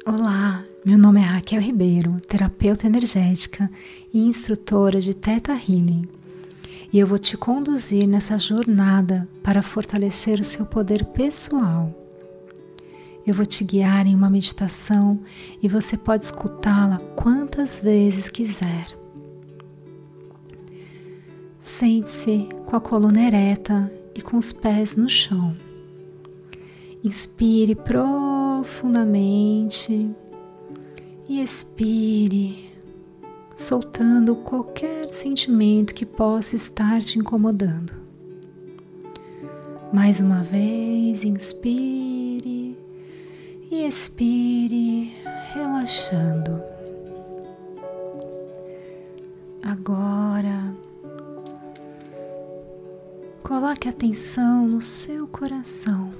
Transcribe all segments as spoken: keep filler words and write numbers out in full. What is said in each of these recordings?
Olá, meu nome é Raquel Ribeiro, terapeuta energética e instrutora de Theta Healing, e eu vou te conduzir nessa jornada para fortalecer o seu poder pessoal. Eu vou te guiar em uma meditação e você pode escutá-la quantas vezes quiser. Sente-se com a coluna ereta e com os pés no chão. Inspire profundamente e expire, soltando qualquer sentimento que possa estar te incomodando. Mais uma vez, inspire e expire, relaxando. Agora, coloque atenção no seu coração.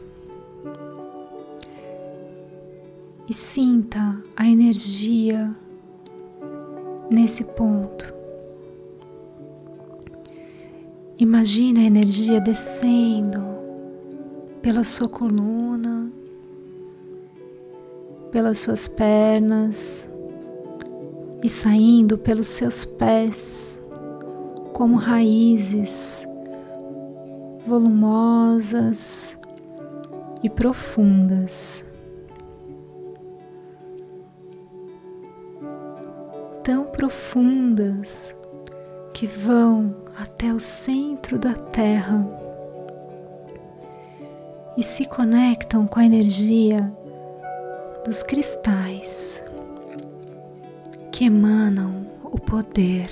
E sinta a energia nesse ponto. Imagine a energia descendo pela sua coluna, pelas suas pernas e saindo pelos seus pés como raízes volumosas e profundas. Tão profundas que vão até o centro da Terra e se conectam com a energia dos cristais que emanam o poder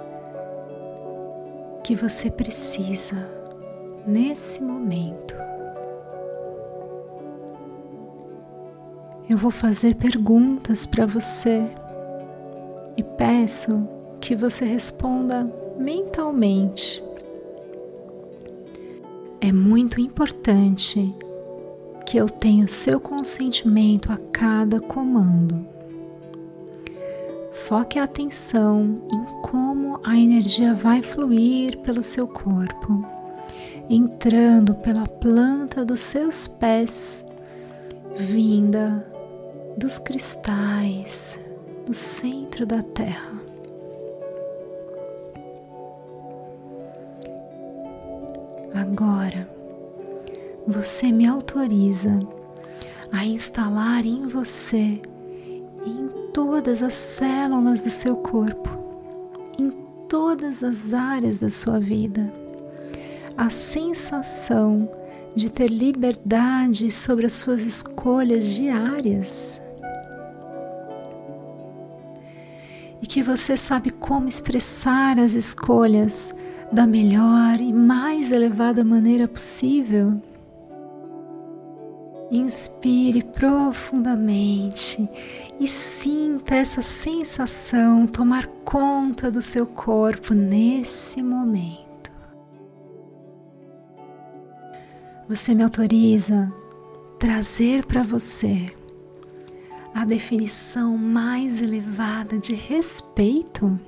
que você precisa nesse momento. Eu vou fazer perguntas para você e peço que você responda mentalmente. É muito importante que eu tenha o seu consentimento a cada comando. Foque a atenção em como a energia vai fluir pelo seu corpo, entrando pela planta dos seus pés, vinda dos cristais do centro da Terra. Agora, você me autoriza a instalar em você e em todas as células do seu corpo, em todas as áreas da sua vida, a sensação de ter liberdade sobre as suas escolhas diárias. E que você sabe como expressar as escolhas da melhor e mais elevada maneira possível. Inspire profundamente e sinta essa sensação tomar conta do seu corpo nesse momento. Você me autoriza a trazer para você a definição mais elevada de respeito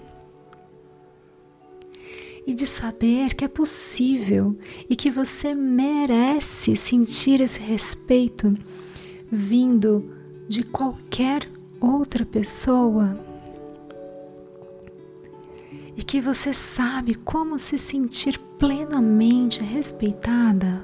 e de saber que é possível e que você merece sentir esse respeito vindo de qualquer outra pessoa e que você sabe como se sentir plenamente respeitada.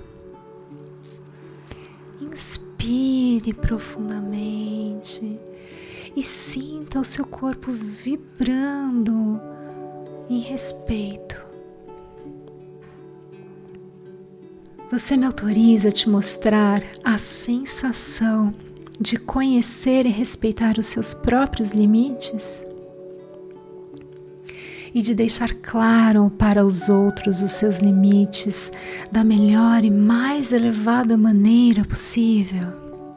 Inspire profundamente e sinta o seu corpo vibrando em respeito. Você me autoriza a te mostrar a sensação de conhecer e respeitar os seus próprios limites e de deixar claro para os outros os seus limites da melhor e mais elevada maneira possível.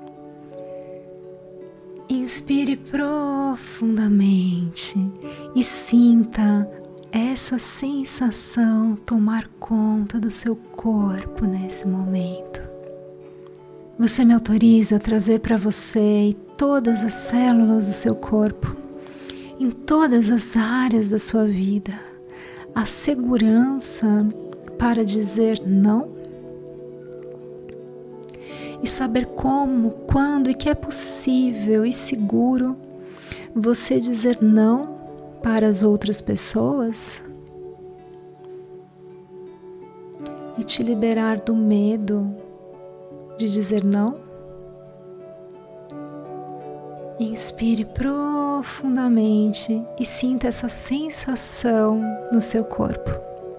Inspire profundamente e sinta essa sensação tomar conta do seu corpo nesse momento. Você me autoriza a trazer para você e todas as células do seu corpo, em todas as áreas da sua vida, a segurança para dizer não e saber como, quando e que é possível e seguro você dizer não para as outras pessoas e te liberar do medo de dizer não. Inspire profundamente e sinta essa sensação no seu corpo.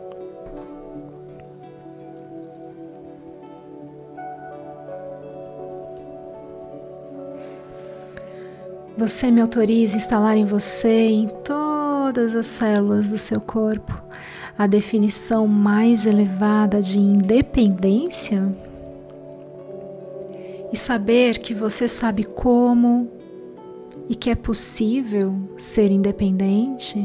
Você me autoriza a instalar em você, em todas as células do seu corpo, a definição mais elevada de independência? E saber que você sabe como e que é possível ser independente?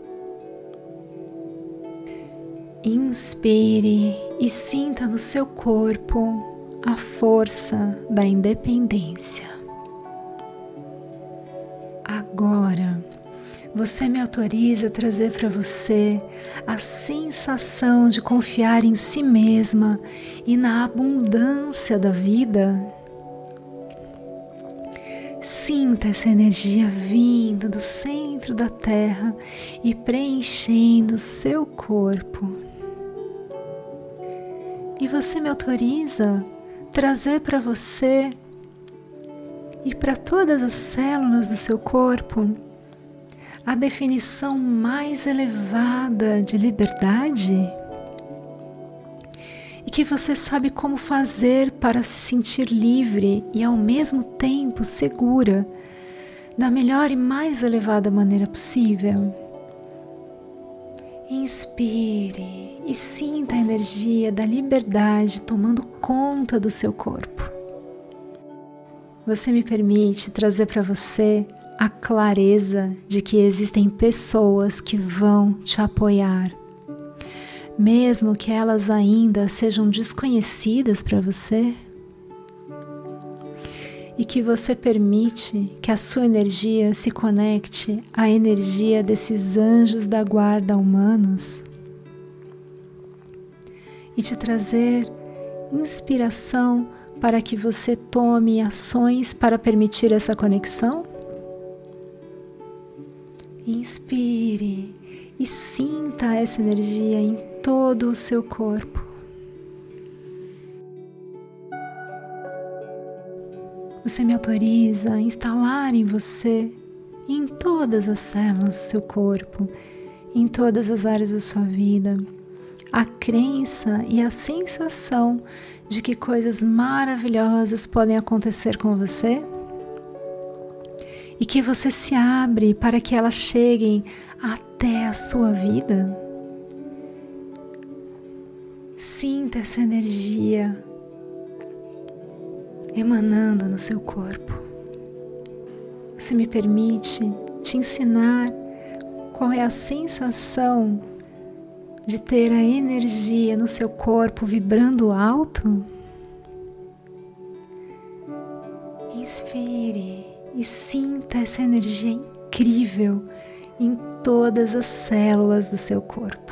Inspire e sinta no seu corpo a força da independência. Agora, você me autoriza a trazer para você a sensação de confiar em si mesma e na abundância da vida. Sinta essa energia vindo do centro da Terra e preenchendo o seu corpo. E você me autoriza a trazer para você e para todas as células do seu corpo a definição mais elevada de liberdade? E que você sabe como fazer para se sentir livre e ao mesmo tempo segura, da melhor e mais elevada maneira possível? Inspire e sinta a energia da liberdade tomando conta do seu corpo. Você me permite trazer para você a clareza de que existem pessoas que vão te apoiar, mesmo que elas ainda sejam desconhecidas para você, e que você permite que a sua energia se conecte à energia desses anjos da guarda humanos e te trazer inspiração para que você tome ações para permitir essa conexão? Inspire e sinta essa energia em todo o seu corpo. Você me autoriza a instalar em você, em todas as células do seu corpo, em todas as áreas da sua vida, a crença e a sensação de que coisas maravilhosas podem acontecer com você e que você se abre para que elas cheguem até a sua vida. Sinta essa energia emanando no seu corpo. Você me permite te ensinar qual é a sensação de ter a energia no seu corpo vibrando alto? Inspire e sinta essa energia incrível em todas as células do seu corpo.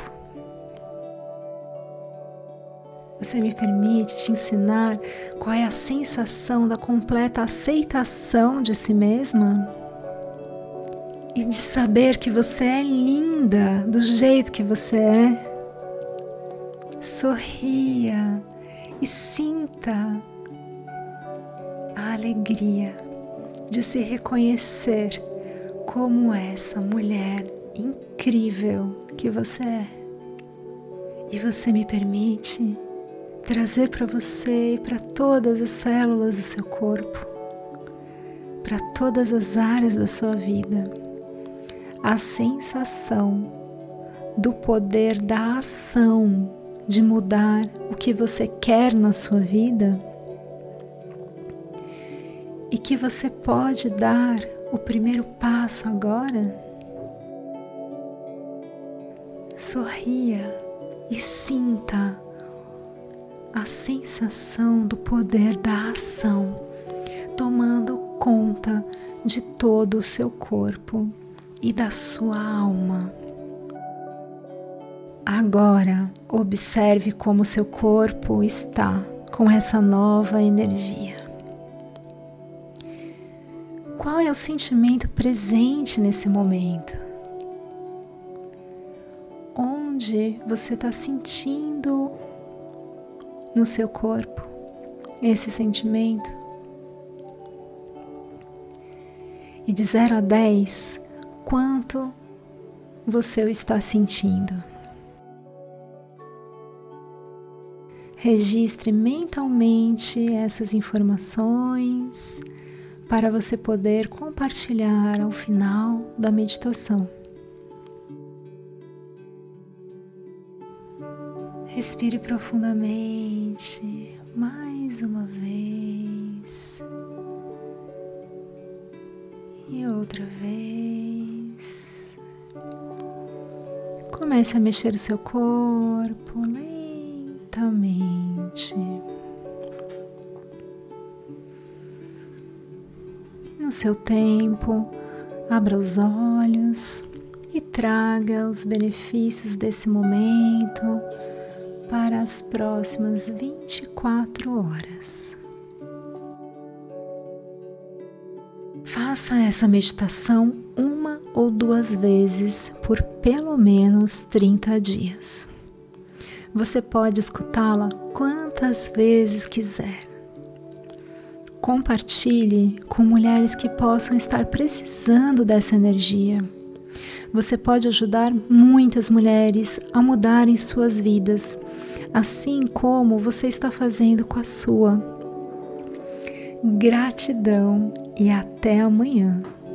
Você me permite te ensinar qual é a sensação da completa aceitação de si mesma e de saber que você é linda do jeito que você é. Sorria e sinta a alegria de se reconhecer como essa mulher incrível que você é. E você me permite trazer para você e para todas as células do seu corpo, para todas as áreas da sua vida, a sensação do poder da ação, de mudar o que você quer na sua vida e que você pode dar o primeiro passo agora. Sorria e sinta a sensação do poder da ação tomando conta de todo o seu corpo e da sua alma. Agora, observe como seu corpo está com essa nova energia. Qual é o sentimento presente nesse momento? Onde você está sentindo no seu corpo esse sentimento? E de zero a dez, quanto você o está sentindo? Registre mentalmente essas informações para você poder compartilhar ao final da meditação. Respire profundamente, mais uma vez e outra vez. Comece a mexer o seu corpo lentamente. No seu tempo, abra os olhos e traga os benefícios desse momento para as próximas vinte e quatro horas. Faça essa meditação uma ou duas vezes por pelo menos trinta dias. Você pode escutá-la quantas vezes quiser. Compartilhe com mulheres que possam estar precisando dessa energia. Você pode ajudar muitas mulheres a mudarem suas vidas, assim como você está fazendo com a sua. Gratidão e até amanhã.